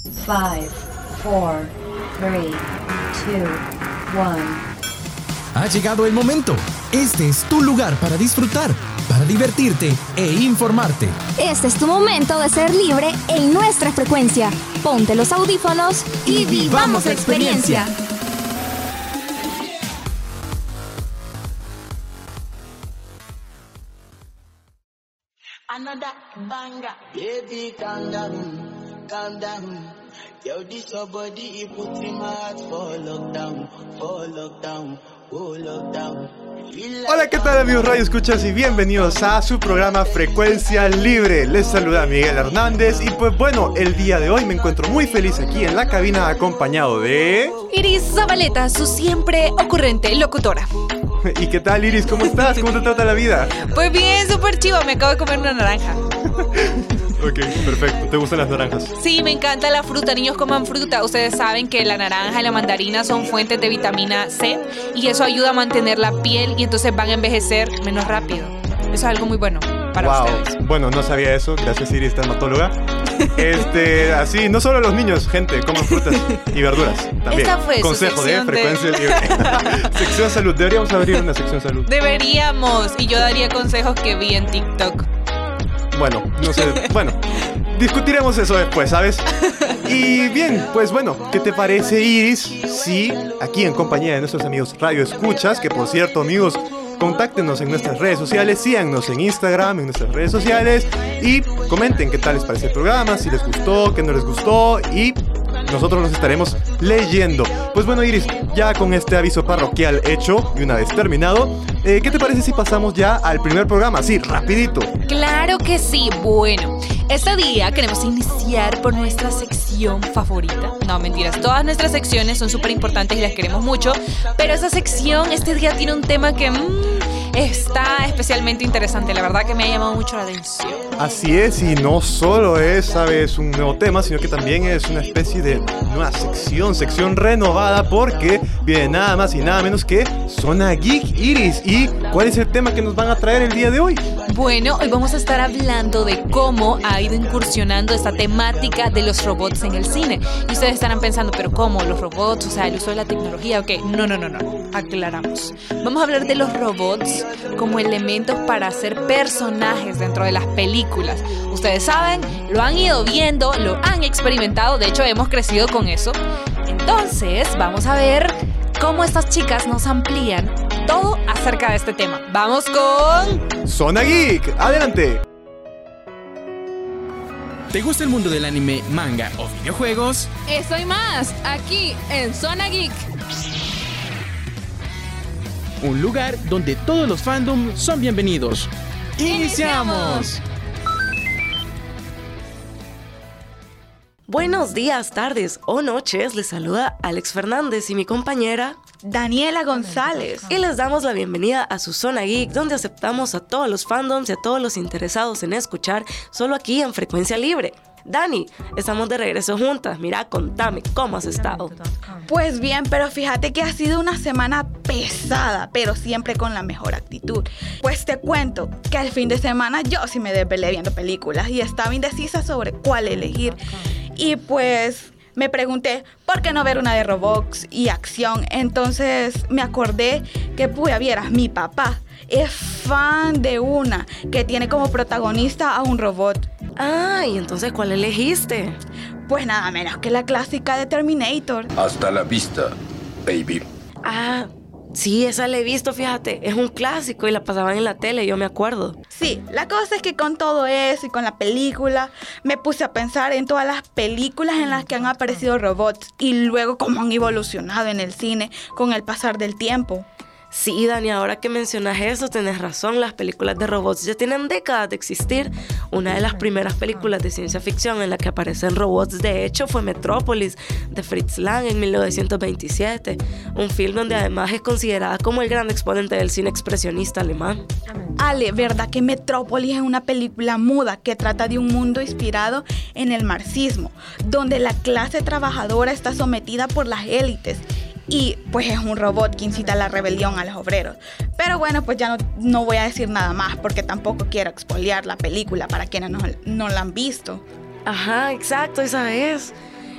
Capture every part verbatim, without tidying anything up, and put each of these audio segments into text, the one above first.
five, four, three, two, one. Ha llegado el momento. Este es tu lugar para disfrutar, para divertirte e informarte. Este es tu momento de ser libre en nuestra frecuencia. Ponte los audífonos y vivamos la experiencia. Another banger, baby, calm down, calm down. Yo, this your body, it puts in my heart for lockdown, for lockdown, oh lockdown. Hola, ¿qué tal amigos Radio Escuchas? Y bienvenidos a su programa Frecuencia Libre. Les saluda Miguel Hernández y pues bueno, el día de hoy me encuentro muy feliz aquí en la cabina acompañado de... Iris Zabaleta, su siempre ocurrente locutora. ¿Y qué tal, Iris? ¿Cómo estás? ¿Cómo te trata la vida? Pues bien, súper chivo, me acabo de comer una naranja. Ok, perfecto. ¿Te gustan las naranjas? Sí, me encanta la fruta, niños coman fruta. Ustedes saben que la naranja y la mandarina son fuentes de vitamina C y eso ayuda a mantener la piel y entonces van a envejecer menos rápido. Eso es algo muy bueno para wow. ustedes. Bueno, no sabía eso. Gracias, Iris, dermatóloga. Este, así, no solo los niños, gente, coman frutas y verduras también. Esta fue Consejo su de Frecuencia Libre. Sección Salud. Deberíamos abrir una sección Salud. Deberíamos. Y yo daría consejos que vi en TikTok. Bueno, no sé, bueno, discutiremos eso después, ¿sabes? Y bien, pues bueno, ¿qué te parece, Iris? Si aquí en compañía de nuestros amigos Radio Escuchas, que por cierto, amigos, contáctenos en nuestras redes sociales, síganos en Instagram, en nuestras redes sociales y comenten qué tal les parece el programa, si les gustó, qué no les gustó y nosotros los estaremos leyendo. Pues bueno, Iris, ya con este aviso parroquial hecho y una vez terminado, eh, ¿qué te parece si pasamos ya al primer programa? Sí, rapidito. Claro que sí. Bueno, este día queremos iniciar por nuestra sección favorita. No, mentiras, todas nuestras secciones son súper importantes y las queremos mucho, pero esta sección este día tiene un tema que mmm, está especialmente interesante. La verdad que me ha llamado mucho la atención. Así es, y no solo es, sabes, un nuevo tema, sino que también es una especie de nueva sección, sección renovada, porque viene nada más y nada menos que Zona Geek, Iris. ¿Y cuál es el tema que nos van a traer el día de hoy? Bueno, hoy vamos a estar hablando de cómo ha ido incursionando esta temática de los robots en el cine. Y ustedes estarán pensando, ¿pero cómo? ¿Los robots? O sea, el uso de la tecnología, ¿ok? No, no, no, no. Aclaramos. Vamos a hablar de los robots como elementos para hacer personajes dentro de las películas. Ustedes saben, lo han ido viendo, lo han experimentado, de hecho hemos crecido con eso. Entonces, vamos a ver cómo estas chicas nos amplían todo acerca de este tema. ¡Vamos con... Zona Geek! ¡Adelante! ¿Te gusta el mundo del anime, manga o videojuegos? Eso y más, aquí en Zona Geek. Un lugar donde todos los fandoms son bienvenidos. ¡Iniciamos! Buenos días, tardes o noches, les saluda Alex Fernández y mi compañera Daniela González. Y les damos la bienvenida a su Zona Geek, donde aceptamos a todos los fandoms y a todos los interesados en escuchar, solo aquí en Frecuencia Libre. Dani, estamos de regreso juntas. Mira, contame, ¿cómo has estado? Pues bien, pero fíjate que ha sido una semana pesada, pero siempre con la mejor actitud. Pues te cuento que al fin de semana yo sí me desvelé viendo películas y estaba indecisa sobre cuál elegir. Y pues me pregunté, ¿por qué no ver una de robots y acción? Entonces me acordé que pude vieras, mi papá es fan de una que tiene como protagonista a un robot. Ah, ¿y entonces cuál elegiste? Pues nada menos que la clásica de Terminator. Hasta la vista, baby. Ah, sí, esa la he visto, fíjate. Es un clásico y la pasaban en la tele, yo me acuerdo. Sí, la cosa es que con todo eso y con la película, me puse a pensar en todas las películas en las que han aparecido robots y luego cómo han evolucionado en el cine con el pasar del tiempo. Sí, Dani, ahora que mencionas eso, tenés razón, las películas de robots ya tienen décadas de existir. Una de las primeras películas de ciencia ficción en la que aparecen robots, de hecho, fue Metrópolis, de Fritz Lang en mil novecientos veintisiete, un film donde además es considerada como el gran exponente del cine expresionista alemán. Ale, ¿verdad que Metrópolis es una película muda que trata de un mundo inspirado en el marxismo, donde la clase trabajadora está sometida por las élites? Y pues es un robot que incita a la rebelión a los obreros. Pero bueno, pues ya no, no voy a decir nada más porque tampoco quiero expoliar la película para quienes no, no la han visto. Ajá, exacto, esa es.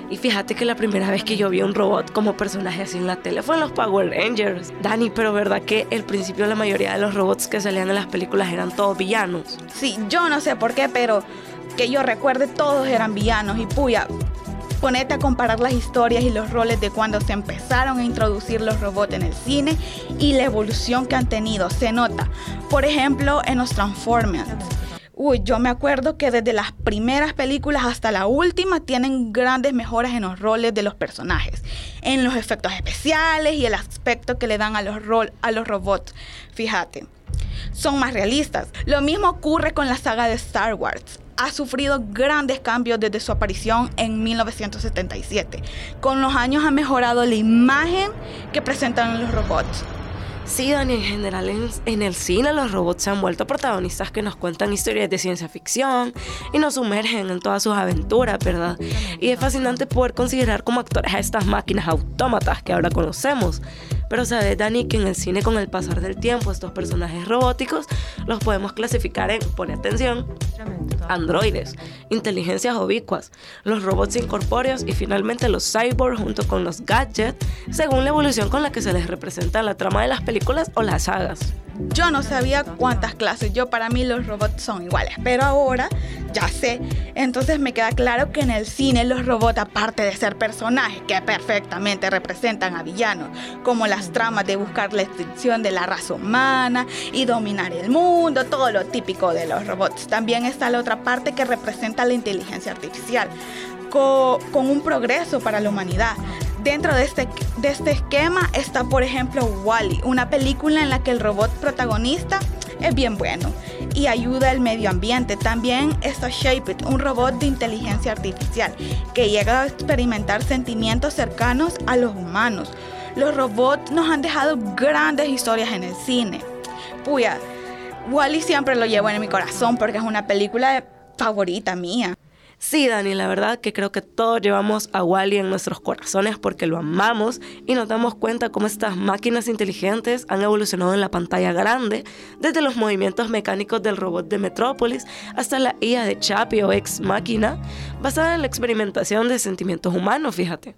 Y fíjate que la primera vez que yo vi un robot como personaje así en la tele fue en los Power Rangers. Dani, pero ¿verdad que al principio la mayoría de los robots que salían en las películas eran todos villanos? Sí, yo no sé por qué, pero que yo recuerde todos eran villanos. Y puya, ponete a comparar las historias y los roles de cuando se empezaron a introducir los robots en el cine y la evolución que han tenido. Se nota, por ejemplo, en los Transformers. Uy, yo me acuerdo que desde las primeras películas hasta la última tienen grandes mejoras en los roles de los personajes, en los efectos especiales y el aspecto que le dan a los, rol, a los robots. Fíjate, son más realistas. Lo mismo ocurre con la saga de Star Wars. Ha sufrido grandes cambios desde su aparición en mil novecientos setenta y siete. Con los años ha mejorado la imagen que presentan los robots. Sí, Dani, en general en, en el cine los robots se han vuelto protagonistas que nos cuentan historias de ciencia ficción y nos sumergen en todas sus aventuras, ¿verdad? Y es fascinante poder considerar como actores a estas máquinas autómatas que ahora conocemos. Pero sabes, Dani, que en el cine con el pasar del tiempo estos personajes robóticos los podemos clasificar en, pone atención, androides, inteligencias ubicuas, los robots incorpóreos y finalmente los cyborgs junto con los gadgets, según la evolución con la que se les representa en la trama de las películas o las sagas. Yo no sabía cuántas clases. Yo, para mí los robots son iguales, pero ahora ya sé. Entonces me queda claro que en el cine los robots, aparte de ser personajes que perfectamente representan a villanos, como las tramas de buscar la extinción de la raza humana y dominar el mundo, todo lo típico de los robots, también está la otra parte que representa la inteligencia artificial, con, con un progreso para la humanidad. Dentro de este, de este esquema está, por ejemplo, Wall-E, una película en la que el robot protagonista es bien bueno y ayuda al medio ambiente. También está Shape-It, un robot de inteligencia artificial que llega a experimentar sentimientos cercanos a los humanos. Los robots nos han dejado grandes historias en el cine. Puya, Wall-E siempre lo llevo en mi corazón porque es una película favorita mía. Sí, Dani, la verdad que creo que todos llevamos a Wall-E en nuestros corazones porque lo amamos y nos damos cuenta cómo estas máquinas inteligentes han evolucionado en la pantalla grande, desde los movimientos mecánicos del robot de Metrópolis hasta la I A de Chappie o Ex Machina, basada en la experimentación de sentimientos humanos, fíjate.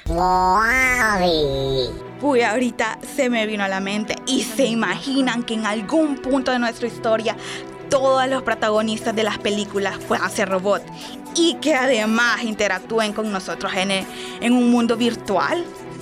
Uy, ahorita se me vino a la mente y se imaginan que en algún punto de nuestra historia todos los protagonistas de las películas puedan ser robots y que además interactúen con nosotros en, el, en un mundo virtual.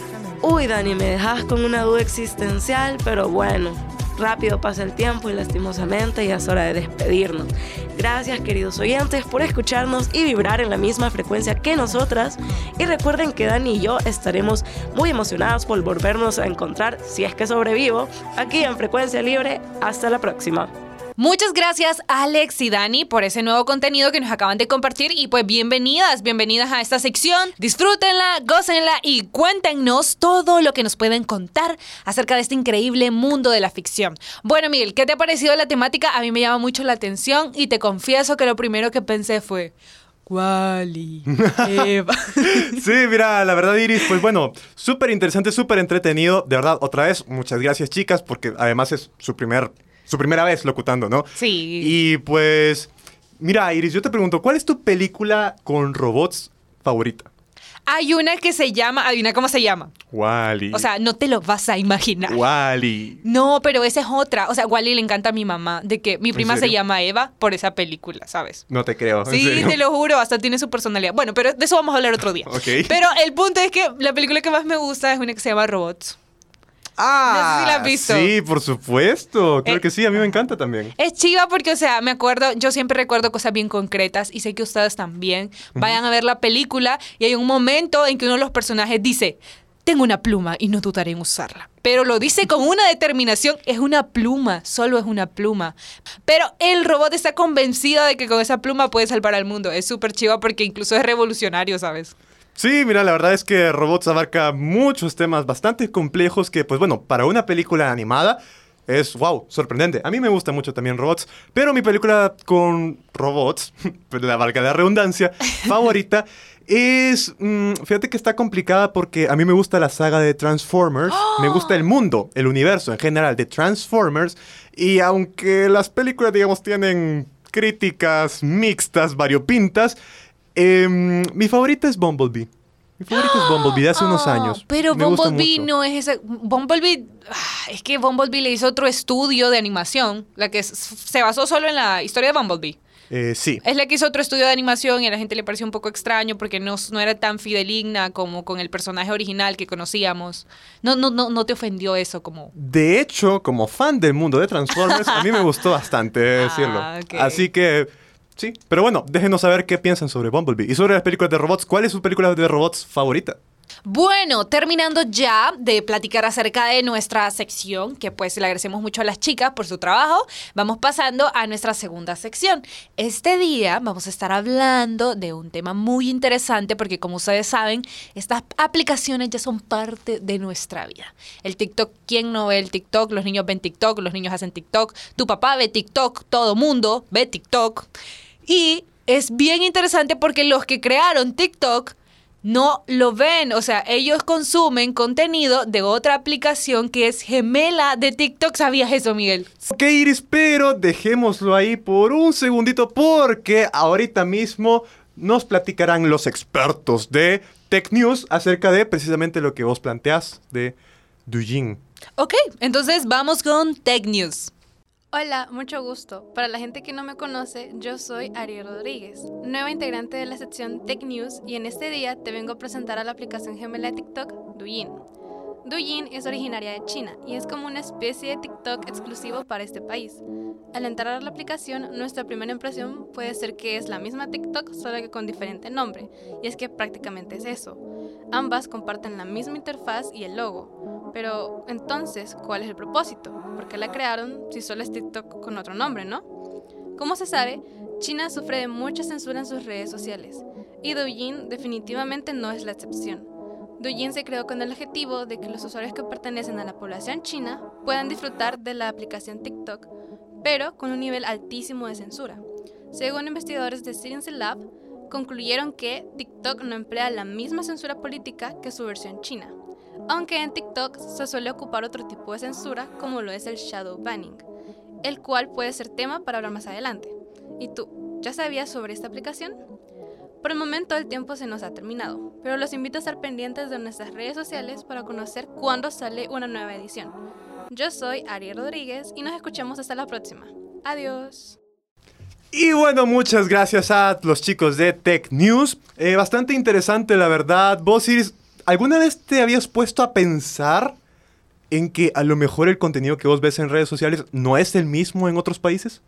Uy, Dani, me dejas con una duda existencial, pero bueno, rápido pasa el tiempo y lastimosamente ya es hora de despedirnos. Gracias, queridos oyentes, por escucharnos y vibrar en la misma frecuencia que nosotras. Y recuerden que Dani y yo estaremos muy emocionados por volvernos a encontrar, si es que sobrevivo, aquí en Frecuencia Libre. Hasta la próxima. Muchas gracias, Alex y Dani, por ese nuevo contenido que nos acaban de compartir. Y pues bienvenidas, bienvenidas a esta sección. Disfrútenla, gócenla y cuéntenos todo lo que nos pueden contar acerca de este increíble mundo de la ficción. Bueno, Miguel, ¿qué te ha parecido la temática? A mí me llama mucho la atención y te confieso que lo primero que pensé fue... Wall-E, Eva. Sí, mira, la verdad, Iris, pues bueno, súper interesante, súper entretenido. De verdad, otra vez, muchas gracias, chicas, porque además es su primer... Su primera vez locutando, ¿no? Sí. Y pues, mira, Iris, yo te pregunto, ¿cuál es tu película con robots favorita? Hay una que se llama, adivina cómo se llama. Wall-E. O sea, no te lo vas a imaginar. Wall-E. No, pero esa es otra. O sea, Wall-E le encanta a mi mamá, de que mi prima ¿En se serio? llama Eva por esa película, ¿sabes? No te creo, ¿en Sí, serio? te lo juro, hasta tiene su personalidad. Bueno, pero de eso vamos a hablar otro día. Ok. Pero el punto es que la película que más me gusta es una que se llama Robots. Ah, no sé si la has visto. Sí, por supuesto. Creo Eh, que sí, a mí me encanta también. Es chiva porque, o sea, me acuerdo, yo siempre recuerdo cosas bien concretas y sé que ustedes también. Vayan a ver la película y hay un momento en que uno de los personajes dice, tengo una pluma y no dudaré en usarla. Pero lo dice con una determinación, es una pluma, solo es una pluma. Pero el robot está convencido de que con esa pluma puede salvar al mundo. Es súper chiva porque incluso es revolucionario, ¿sabes? Sí, mira, la verdad es que Robots abarca muchos temas bastante complejos que, pues bueno, para una película animada es, wow, sorprendente. A mí me gusta mucho también Robots, pero mi película con robots, la valga la redundancia, favorita es, mmm, fíjate que está complicada porque a mí me gusta la saga de Transformers, ¡oh! Me gusta el mundo, el universo en general de Transformers, y aunque las películas, digamos, tienen críticas mixtas, variopintas, Eh, mi favorita es Bumblebee. Mi favorito es Bumblebee de hace Oh, unos años. Pero Me gusta Bumblebee mucho. no es ese. Bumblebee. ah, Es que Bumblebee le hizo otro estudio de animación. La que s- se basó solo en la historia de Bumblebee. Eh, sí. Es la que hizo otro estudio de animación y a la gente le pareció un poco extraño porque no, no era tan fideligna como con el personaje original que conocíamos. No, no, no, no te ofendió eso como. De hecho, como fan del mundo de Transformers, a mí me gustó bastante, he de decirlo. Ah, ok. Así que, sí. Pero bueno, déjenos saber qué piensan sobre Bumblebee. Y sobre las películas de robots, ¿cuál es su película de robots favorita? Bueno, terminando ya de platicar acerca de nuestra sección, que pues le agradecemos mucho a las chicas por su trabajo, vamos pasando a nuestra segunda sección. Este día vamos a estar hablando de un tema muy interesante porque como ustedes saben, estas aplicaciones ya son parte de nuestra vida. El TikTok, ¿quién no ve el TikTok? Los niños ven TikTok, los niños hacen TikTok, tu papá ve TikTok, todo mundo ve TikTok. Y es bien interesante porque los que crearon TikTok no lo ven, o sea, ellos consumen contenido de otra aplicación que es gemela de TikTok. ¿Sabías eso, Miguel? Ok, Iris, pero dejémoslo ahí por un segundito porque ahorita mismo nos platicarán los expertos de Tech News acerca de precisamente lo que vos planteás de Douyin. Ok, entonces vamos con Tech News. Hola, mucho gusto. Para la gente que no me conoce, yo soy Ariel Rodríguez, nueva integrante de la sección Tech News, y en este día te vengo a presentar a la aplicación gemela de TikTok, Douyin. Douyin es originaria de China y es como una especie de TikTok exclusivo para este país. Al entrar a la aplicación, nuestra primera impresión puede ser que es la misma TikTok, solo que con diferente nombre, y es que prácticamente es eso. Ambas comparten la misma interfaz y el logo. Pero, entonces, ¿cuál es el propósito? ¿Por qué la crearon si solo es TikTok con otro nombre, no? Como se sabe, China sufre de mucha censura en sus redes sociales, y Douyin definitivamente no es la excepción. Douyin se creó con el objetivo de que los usuarios que pertenecen a la población china puedan disfrutar de la aplicación TikTok, pero con un nivel altísimo de censura. Según investigadores de Science Lab, concluyeron que TikTok no emplea la misma censura política que su versión china, aunque en TikTok se suele ocupar otro tipo de censura como lo es el shadow banning, el cual puede ser tema para hablar más adelante. ¿Y tú, ya sabías sobre esta aplicación? Por el momento el tiempo se nos ha terminado, pero los invito a estar pendientes de nuestras redes sociales para conocer cuándo sale una nueva edición. Yo soy Ariel Rodríguez y nos escuchamos hasta la próxima. Adiós. Y bueno, muchas gracias a los chicos de Tech News. Eh, bastante interesante, la verdad. Vos, Iris, ¿alguna vez te habías puesto a pensar en que a lo mejor el contenido que vos ves en redes sociales no es el mismo en otros países?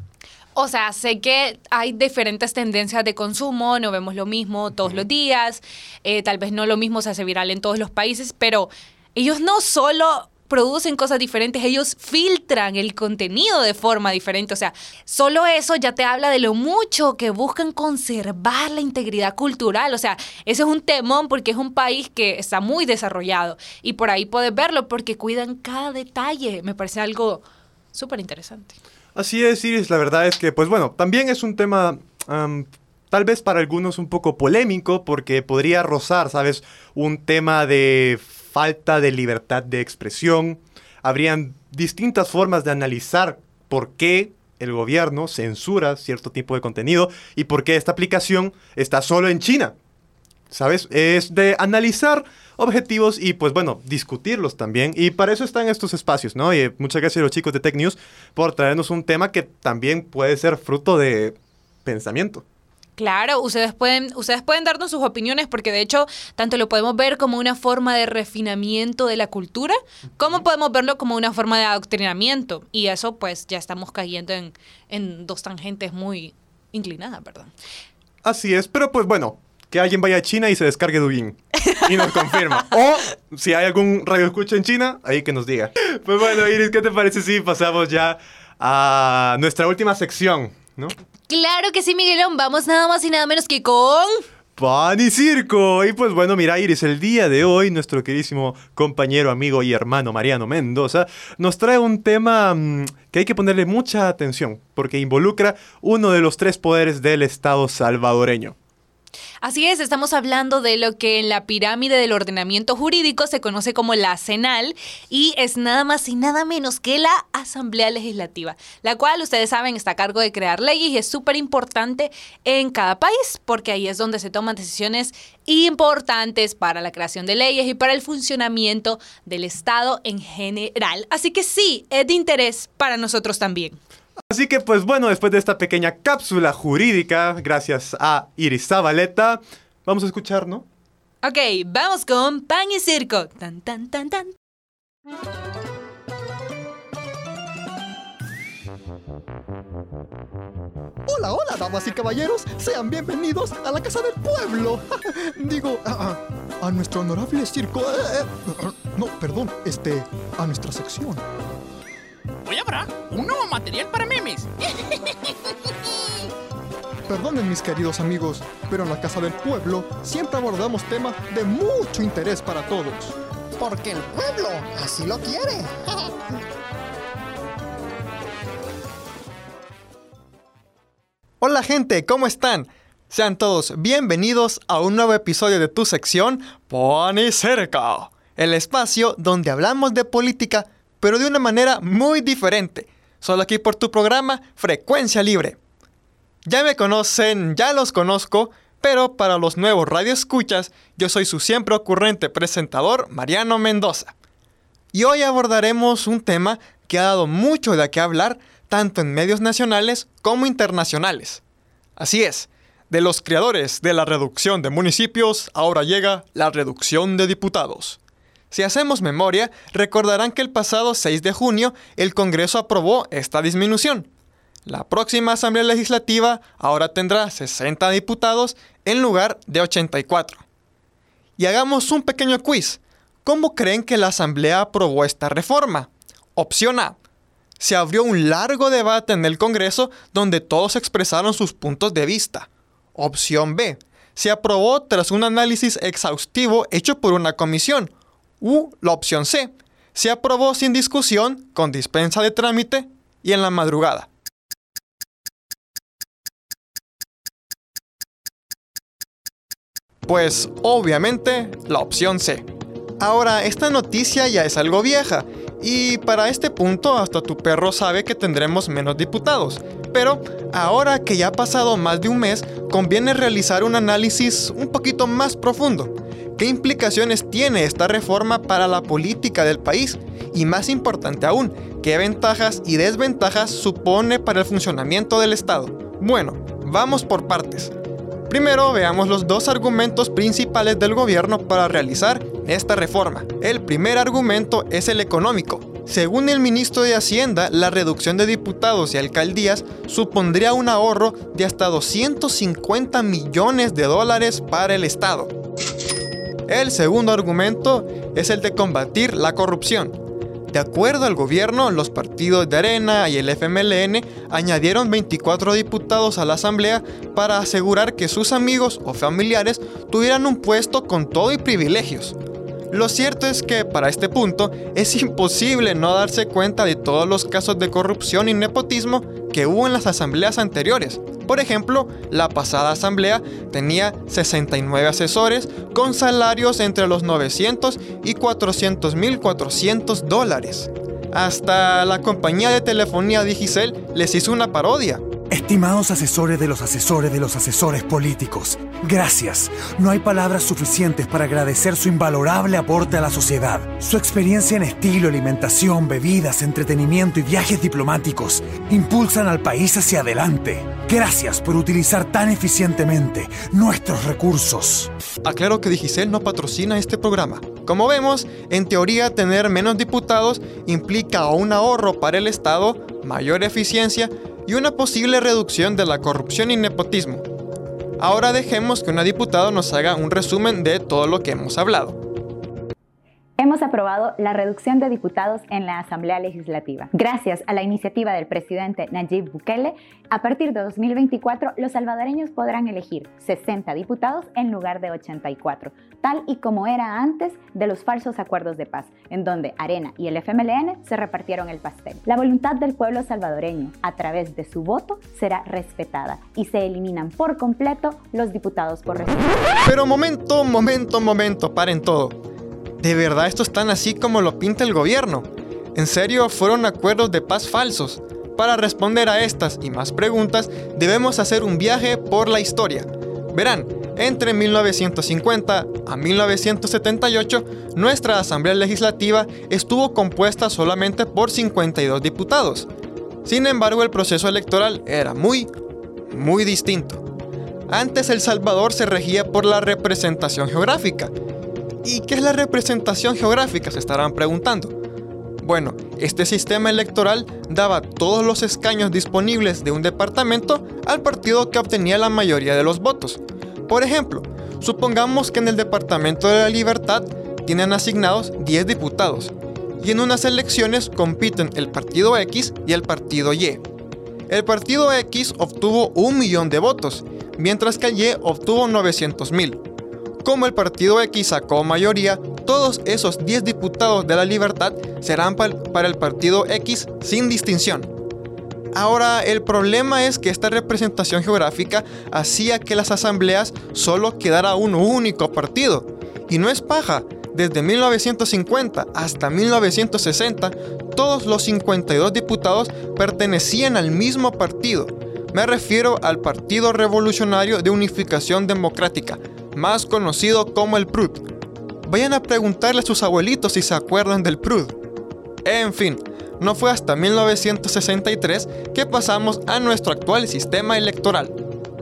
O sea, sé que hay diferentes tendencias de consumo, no vemos lo mismo todos los días, eh, tal vez no lo mismo se hace viral en todos los países, pero ellos no solo producen cosas diferentes, ellos filtran el contenido de forma diferente. O sea, solo eso ya te habla de lo mucho que buscan conservar la integridad cultural. O sea, ese es un temón porque es un país que está muy desarrollado y por ahí puedes verlo porque cuidan cada detalle. Me parece algo súper interesante. Así es, Iris, la verdad es que, pues bueno, también es un tema um, tal vez para algunos un poco polémico porque podría rozar, ¿sabes? Un tema de falta de libertad de expresión. Habrían distintas formas de analizar por qué el gobierno censura cierto tipo de contenido y por qué esta aplicación está solo en China, ¿sabes? Es de analizar objetivos y, pues bueno, discutirlos también. Y para eso están estos espacios, ¿no? Y muchas gracias a los chicos de Tech News por traernos un tema que también puede ser fruto de pensamiento. Claro, ustedes pueden, ustedes pueden darnos sus opiniones porque de hecho tanto lo podemos ver como una forma de refinamiento de la cultura, como podemos verlo como una forma de adoctrinamiento. Y eso pues ya estamos cayendo en, en dos tangentes muy inclinadas, ¿verdad? Así es, pero pues bueno, que alguien vaya a China y se descargue Douyin y nos confirma. O si hay algún radio escucha en China, ahí que nos diga. Pues bueno, Iris, ¿qué te parece si pasamos ya a nuestra última sección, ¿no? Claro que sí, Miguelón. Vamos nada más y nada menos que con... Pan y circo. Y pues bueno, mira, Iris, el día de hoy nuestro queridísimo compañero, amigo y hermano Mariano Mendoza nos trae un tema mmm, que hay que ponerle mucha atención porque involucra uno de los tres poderes del Estado salvadoreño. Así es, estamos hablando de lo que en la pirámide del ordenamiento jurídico se conoce como la ASENAL y es nada más y nada menos que la Asamblea Legislativa, la cual ustedes saben está a cargo de crear leyes y es súper importante en cada país porque ahí es donde se toman decisiones importantes para la creación de leyes y para el funcionamiento del Estado en general. Así que sí, es de interés para nosotros también. Así que pues bueno, después de esta pequeña cápsula jurídica, gracias a Iris Zabaleta, vamos a escuchar, ¿no? Ok, vamos con Pan y Circo. Tan, tan, tan, tan. Hola, hola, damas y caballeros, sean bienvenidos a la Casa del Pueblo. Digo, a, a, a nuestro honorable circo. Eh, eh, no, perdón, este, a nuestra sección. Hoy habrá un nuevo material para memes. Perdonen mis queridos amigos, pero en la Casa del Pueblo siempre abordamos temas de mucho interés para todos. Porque el pueblo así lo quiere. Hola gente, ¿cómo están? Sean todos bienvenidos a un nuevo episodio de tu sección Pan y Circo, el espacio donde hablamos de política, pero de una manera muy diferente, solo aquí por tu programa Frecuencia Libre. Ya me conocen, ya los conozco, pero para los nuevos radioescuchas, yo soy su siempre ocurrente presentador, Mariano Mendoza. Y hoy abordaremos un tema que ha dado mucho de qué hablar, tanto en medios nacionales como internacionales. Así es, de los creadores de la reducción de municipios, ahora llega la reducción de diputados. Si hacemos memoria, recordarán que el pasado seis de junio el Congreso aprobó esta disminución. La próxima Asamblea Legislativa ahora tendrá sesenta diputados en lugar de ochenta y cuatro. Y hagamos un pequeño quiz. ¿Cómo creen que la Asamblea aprobó esta reforma? Opción A. Se abrió un largo debate en el Congreso donde todos expresaron sus puntos de vista. Opción B. Se aprobó tras un análisis exhaustivo hecho por una comisión. U la opción C. Se aprobó sin discusión, con dispensa de trámite y en la madrugada. Pues obviamente la opción C. Ahora, esta noticia ya es algo vieja y para este punto hasta tu perro sabe que tendremos menos diputados. Pero ahora que ya ha pasado más de un mes, conviene realizar un análisis un poquito más profundo. ¿Qué implicaciones tiene esta reforma para la política del país? Y más importante aún, ¿qué ventajas y desventajas supone para el funcionamiento del Estado? Bueno, vamos por partes. Primero veamos los dos argumentos principales del gobierno para realizar esta reforma. El primer argumento es el económico. Según el ministro de Hacienda, la reducción de diputados y alcaldías supondría un ahorro de hasta doscientos cincuenta millones de dólares para el Estado. El segundo argumento es el de combatir la corrupción. De acuerdo al gobierno, los partidos de Arena y el F M L N añadieron veinticuatro diputados a la asamblea para asegurar que sus amigos o familiares tuvieran un puesto con todo y privilegios. Lo cierto es que para este punto es imposible no darse cuenta de todos los casos de corrupción y nepotismo que hubo en las asambleas anteriores. Por ejemplo, la pasada asamblea tenía sesenta y nueve asesores con salarios entre los novecientos y cuatrocientos mil cuatrocientos dólares. Hasta la compañía de telefonía Digicel les hizo una parodia. Estimados asesores de los asesores de los asesores políticos, gracias. No hay palabras suficientes para agradecer su invalorable aporte a la sociedad. Su experiencia en estilo, alimentación, bebidas, entretenimiento y viajes diplomáticos impulsan al país hacia adelante. Gracias por utilizar tan eficientemente nuestros recursos. Aclaro que Digicel no patrocina este programa. Como vemos, en teoría tener menos diputados implica un ahorro para el Estado, mayor eficiencia y una posible reducción de la corrupción y nepotismo. Ahora dejemos que una diputada nos haga un resumen de todo lo que hemos hablado. Hemos aprobado la reducción de diputados en la Asamblea Legislativa. Gracias a la iniciativa del presidente Nayib Bukele, a partir de dos mil veinticuatro los salvadoreños podrán elegir sesenta diputados en lugar de ochenta y cuatro, tal y como era antes de los falsos acuerdos de paz, en donde Arena y el F M L N se repartieron el pastel. La voluntad del pueblo salvadoreño, a través de su voto, será respetada y se eliminan por completo los diputados por región. Pero momento, momento, momento, paren todo. ¿De verdad esto es tan así como lo pinta el gobierno? ¿En serio fueron acuerdos de paz falsos? Para responder a estas y más preguntas, debemos hacer un viaje por la historia. Verán, entre mil novecientos cincuenta a mil novecientos setenta y ocho, nuestra Asamblea Legislativa estuvo compuesta solamente por cincuenta y dos diputados. Sin embargo, el proceso electoral era muy, muy distinto. Antes El Salvador se regía por la representación geográfica. ¿Y qué es la representación geográfica?, se estarán preguntando. Bueno, este sistema electoral daba todos los escaños disponibles de un departamento al partido que obtenía la mayoría de los votos. Por ejemplo, supongamos que en el departamento de La Libertad tienen asignados diez diputados y en unas elecciones compiten el partido X y el partido Y. El partido X obtuvo un millón de votos, mientras que el Y obtuvo novecientos mil. Como el partido X sacó mayoría, todos esos diez diputados de La Libertad serán para el partido X sin distinción. Ahora, el problema es que esta representación geográfica hacía que las asambleas solo quedara un único partido. Y no es paja, desde mil novecientos cincuenta hasta mil novecientos sesenta, todos los cincuenta y dos diputados pertenecían al mismo partido. Me refiero al Partido Revolucionario de Unificación Democrática, más conocido como el P R U D. Vayan a preguntarle a sus abuelitos si se acuerdan del P R U D. En fin, no fue hasta mil novecientos sesenta y tres que pasamos a nuestro actual sistema electoral.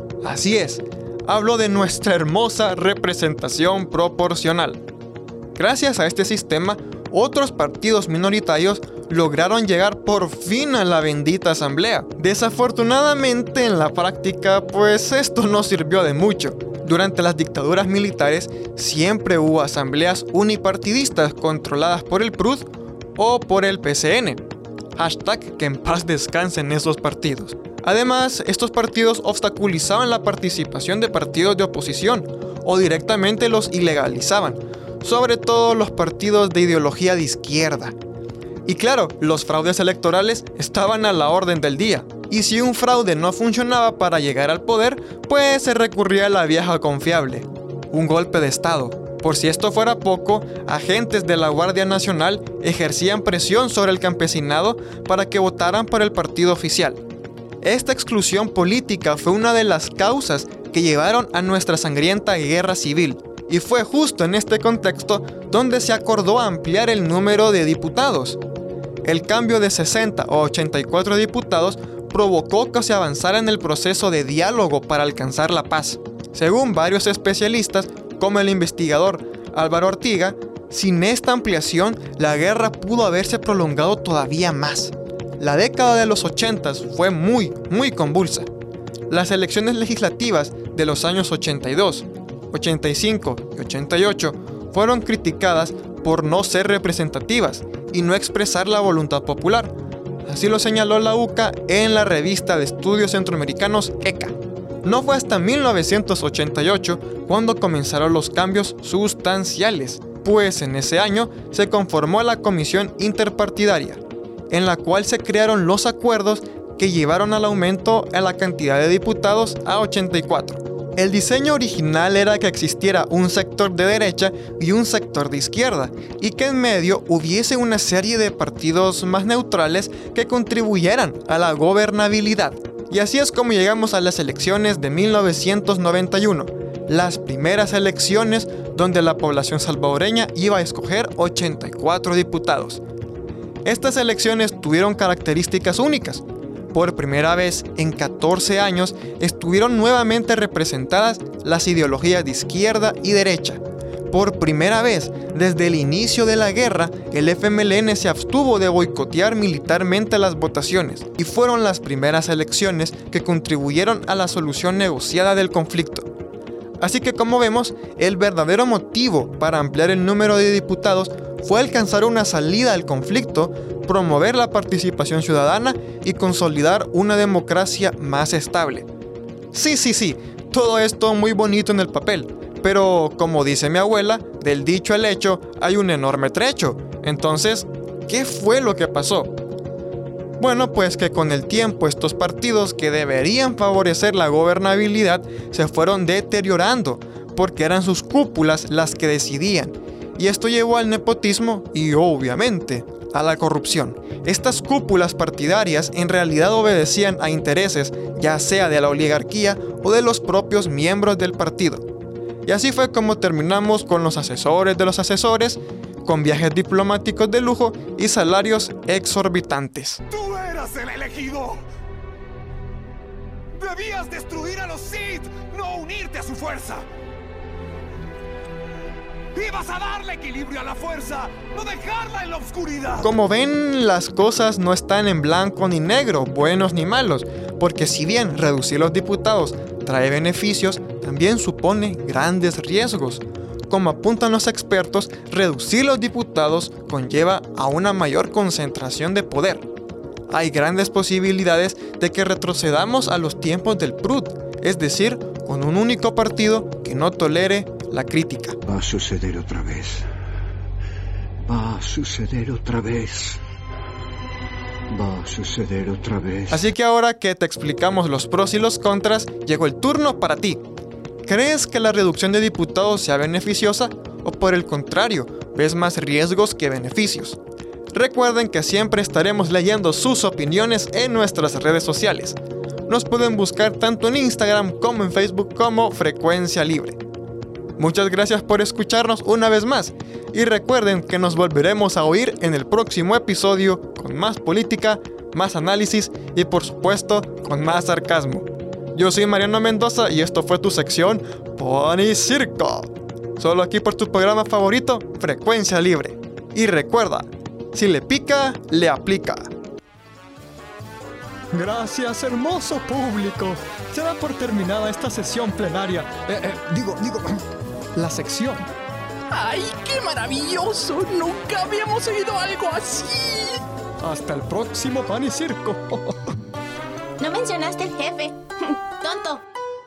Así es, hablo de nuestra hermosa representación proporcional. Gracias a este sistema, otros partidos minoritarios lograron llegar por fin a la bendita asamblea. Desafortunadamente, en la práctica, pues esto no sirvió de mucho. Durante las dictaduras militares siempre hubo asambleas unipartidistas controladas por el P R U D o por el P C N. Hashtag que en paz descansen esos partidos. Además, estos partidos obstaculizaban la participación de partidos de oposición o directamente los ilegalizaban, sobre todo los partidos de ideología de izquierda. Y claro, los fraudes electorales estaban a la orden del día. Y si un fraude no funcionaba para llegar al poder, pues se recurría a la vieja confiable, un golpe de estado. Por si esto fuera poco, agentes de la Guardia Nacional ejercían presión sobre el campesinado para que votaran por el partido oficial. Esta exclusión política fue una de las causas que llevaron a nuestra sangrienta guerra civil. Y fue justo en este contexto donde se acordó ampliar el número de diputados. El cambio de sesenta a ochenta y cuatro diputados provocó que se avanzara en el proceso de diálogo para alcanzar la paz. Según varios especialistas, como el investigador Álvaro Ortiga, sin esta ampliación, la guerra pudo haberse prolongado todavía más. La década de los ochentas fue muy, muy convulsa. Las elecciones legislativas de los años ochenta y dos, ochenta y cinco y ochenta y ocho fueron criticadas por no ser representativas y no expresar la voluntad popular. Así lo señaló la U C A en la revista de estudios centroamericanos E C A. No fue hasta mil novecientos ochenta y ocho cuando comenzaron los cambios sustanciales, pues en ese año se conformó la Comisión Interpartidaria, en la cual se crearon los acuerdos que llevaron al aumento en la cantidad de diputados a ochenta y cuatro. El diseño original era que existiera un sector de derecha y un sector de izquierda, y que en medio hubiese una serie de partidos más neutrales que contribuyeran a la gobernabilidad. Y así es como llegamos a las elecciones de mil novecientos noventa y uno, las primeras elecciones donde la población salvadoreña iba a escoger ochenta y cuatro diputados. Estas elecciones tuvieron características únicas. Por primera vez en catorce años estuvieron nuevamente representadas las ideologías de izquierda y derecha. Por primera vez desde el inicio de la guerra, el F M L N se abstuvo de boicotear militarmente las votaciones y fueron las primeras elecciones que contribuyeron a la solución negociada del conflicto. Así que, como vemos, el verdadero motivo para ampliar el número de diputados fue alcanzar una salida al conflicto, promover la participación ciudadana y consolidar una democracia más estable. Sí, sí, sí, todo esto muy bonito en el papel, pero como dice mi abuela, del dicho al hecho hay un enorme trecho. Entonces, ¿qué fue lo que pasó? Bueno, pues que con el tiempo estos partidos que deberían favorecer la gobernabilidad se fueron deteriorando, porque eran sus cúpulas las que decidían. Y esto llevó al nepotismo y, obviamente, a la corrupción. Estas cúpulas partidarias en realidad obedecían a intereses, ya sea de la oligarquía o de los propios miembros del partido. Y así fue como terminamos con los asesores de los asesores, con viajes diplomáticos de lujo y salarios exorbitantes. ¡Tú eras el elegido! ¡Debías destruir a los Sith, no unirte a su fuerza! ¡Ibas a darle equilibrio a la fuerza, no dejarla en la oscuridad! Como ven, las cosas no están en blanco ni negro, buenos ni malos, porque si bien reducir los diputados trae beneficios, también supone grandes riesgos. Como apuntan los expertos, reducir los diputados conlleva a una mayor concentración de poder. Hay grandes posibilidades de que retrocedamos a los tiempos del P R U D, es decir, con un único partido que no tolere la crítica. Va a suceder otra vez. Va a suceder otra vez. Va a suceder otra vez. Así que ahora que te explicamos los pros y los contras, llegó el turno para ti. ¿Crees que la reducción de diputados sea beneficiosa o por el contrario, ves más riesgos que beneficios? Recuerden que siempre estaremos leyendo sus opiniones en nuestras redes sociales. Nos pueden buscar tanto en Instagram como en Facebook como Frecuencia Libre. Muchas gracias por escucharnos una vez más y recuerden que nos volveremos a oír en el próximo episodio con más política, más análisis y por supuesto con más sarcasmo. Yo soy Mariano Mendoza y esto fue tu sección Pony Circo. Solo aquí por tu programa favorito, Frecuencia Libre. Y recuerda, si le pica, le aplica. Gracias, hermoso público. Se da por terminada esta sesión plenaria. Eh, eh, digo, digo, la sección. ¡Ay, qué maravilloso! Nunca habíamos oído algo así. Hasta el próximo Pan y Circo. No mencionaste el jefe. Tonto.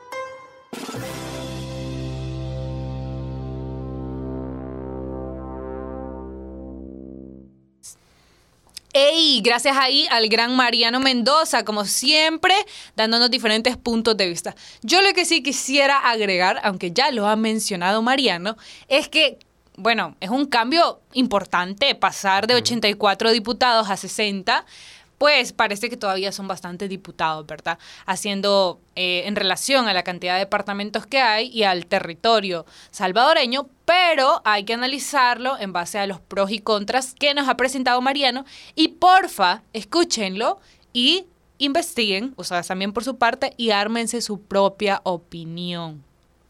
¡Ey! Gracias ahí al gran Mariano Mendoza, como siempre, dándonos diferentes puntos de vista. Yo lo que sí quisiera agregar, aunque ya lo ha mencionado Mariano, es que, bueno, es un cambio importante pasar de ochenta y cuatro diputados a sesenta, pues parece que todavía son bastantes diputados, ¿verdad? Haciendo eh, en relación a la cantidad de departamentos que hay y al territorio salvadoreño, pero hay que analizarlo en base a los pros y contras que nos ha presentado Mariano. Y porfa, escúchenlo y investiguen, ustedes también por su parte, y ármense su propia opinión.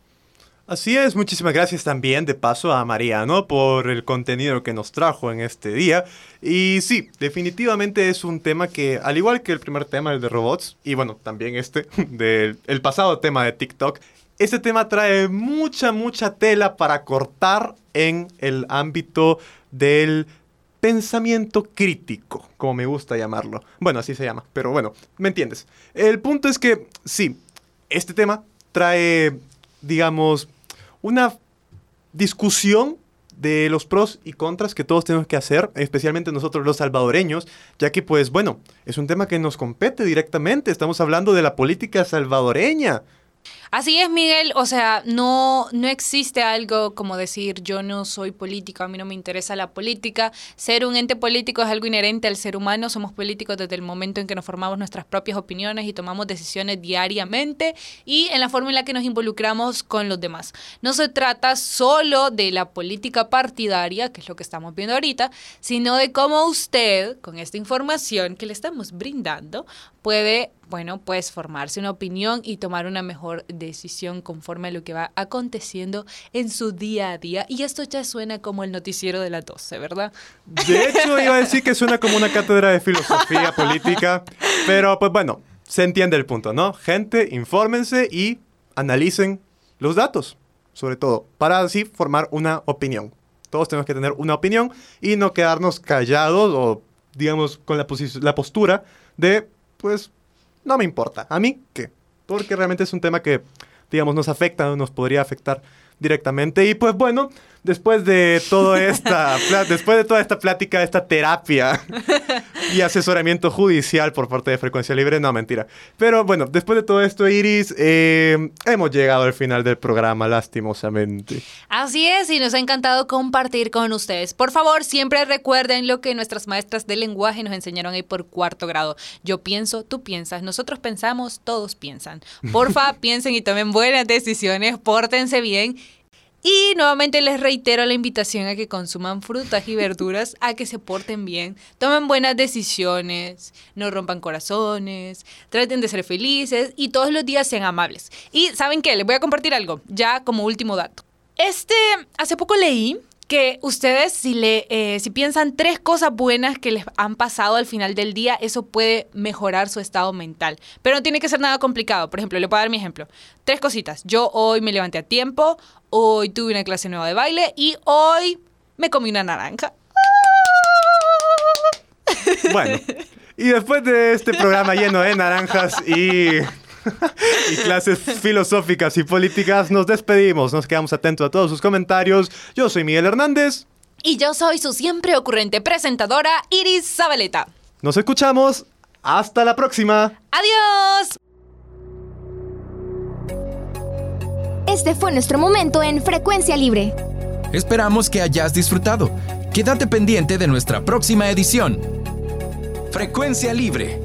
Así es, muchísimas gracias también de paso a Mariano por el contenido que nos trajo en este día. Y sí, definitivamente es un tema que, al igual que el primer tema, el de robots, y bueno, también este, del el pasado tema de TikTok, este tema trae mucha, mucha tela para cortar en el ámbito del pensamiento crítico, como me gusta llamarlo. Bueno, así se llama, pero bueno, ¿me entiendes? El punto es que, sí, este tema trae, digamos, una discusión de los pros y contras que todos tenemos que hacer, especialmente nosotros los salvadoreños, ya que, pues, bueno, es un tema que nos compete directamente. Estamos hablando de la política salvadoreña. Así es, Miguel, o sea, no, no existe algo como decir yo no soy político, a mí no me interesa la política. Ser un ente político es algo inherente al ser humano, somos políticos desde el momento en que nos formamos nuestras propias opiniones y tomamos decisiones diariamente y en la forma en la que nos involucramos con los demás. No se trata solo de la política partidaria, que es lo que estamos viendo ahorita, sino de cómo usted, con esta información que le estamos brindando, puede, bueno, pues formarse una opinión y tomar una mejor decisión conforme a lo que va aconteciendo en su día a día. Y esto ya suena como el noticiero de las doce, ¿verdad? De hecho, iba a decir que suena como una cátedra de filosofía política, pero pues bueno, se entiende el punto, ¿no? Gente, infórmense y analicen los datos, sobre todo, para así formar una opinión. Todos tenemos que tener una opinión y no quedarnos callados o, digamos, con la, la postura de, pues, no me importa. ¿A mí qué? Porque realmente es un tema que, digamos, nos afecta, nos podría afectar directamente. Y pues bueno, después de toda esta, después de toda esta plática, esta terapia y asesoramiento judicial por parte de Frecuencia Libre, no, mentira. Pero bueno, después de todo esto, Iris, eh, hemos llegado al final del programa, lastimosamente. Así es, y nos ha encantado compartir con ustedes. Por favor, siempre recuerden lo que nuestras maestras de lenguaje nos enseñaron ahí por cuarto grado. Yo pienso, tú piensas, nosotros pensamos, todos piensan. Porfa, piensen y tomen buenas decisiones, pórtense bien. Y nuevamente les reitero la invitación a que consuman frutas y verduras, a que se porten bien, tomen buenas decisiones, no rompan corazones, traten de ser felices y todos los días sean amables. Y ¿saben qué? Les voy a compartir algo, ya como último dato. Este, hace poco leí que ustedes si, le, eh, si piensan tres cosas buenas que les han pasado al final del día, eso puede mejorar su estado mental. Pero no tiene que ser nada complicado. Por ejemplo, le puedo dar mi ejemplo. Tres cositas. Yo hoy me levanté a tiempo, hoy tuve una clase nueva de baile y hoy me comí una naranja. Bueno, y después de este programa lleno de naranjas y... y clases filosóficas y políticas, nos despedimos, nos quedamos atentos a todos sus comentarios. Yo soy Miguel Hernández. Y yo soy su siempre ocurrente presentadora, Iris Zabaleta. Nos escuchamos. Hasta la próxima. ¡Adiós! Este fue nuestro momento en Frecuencia Libre. Esperamos que hayas disfrutado. Quédate pendiente de nuestra próxima edición. Frecuencia Libre.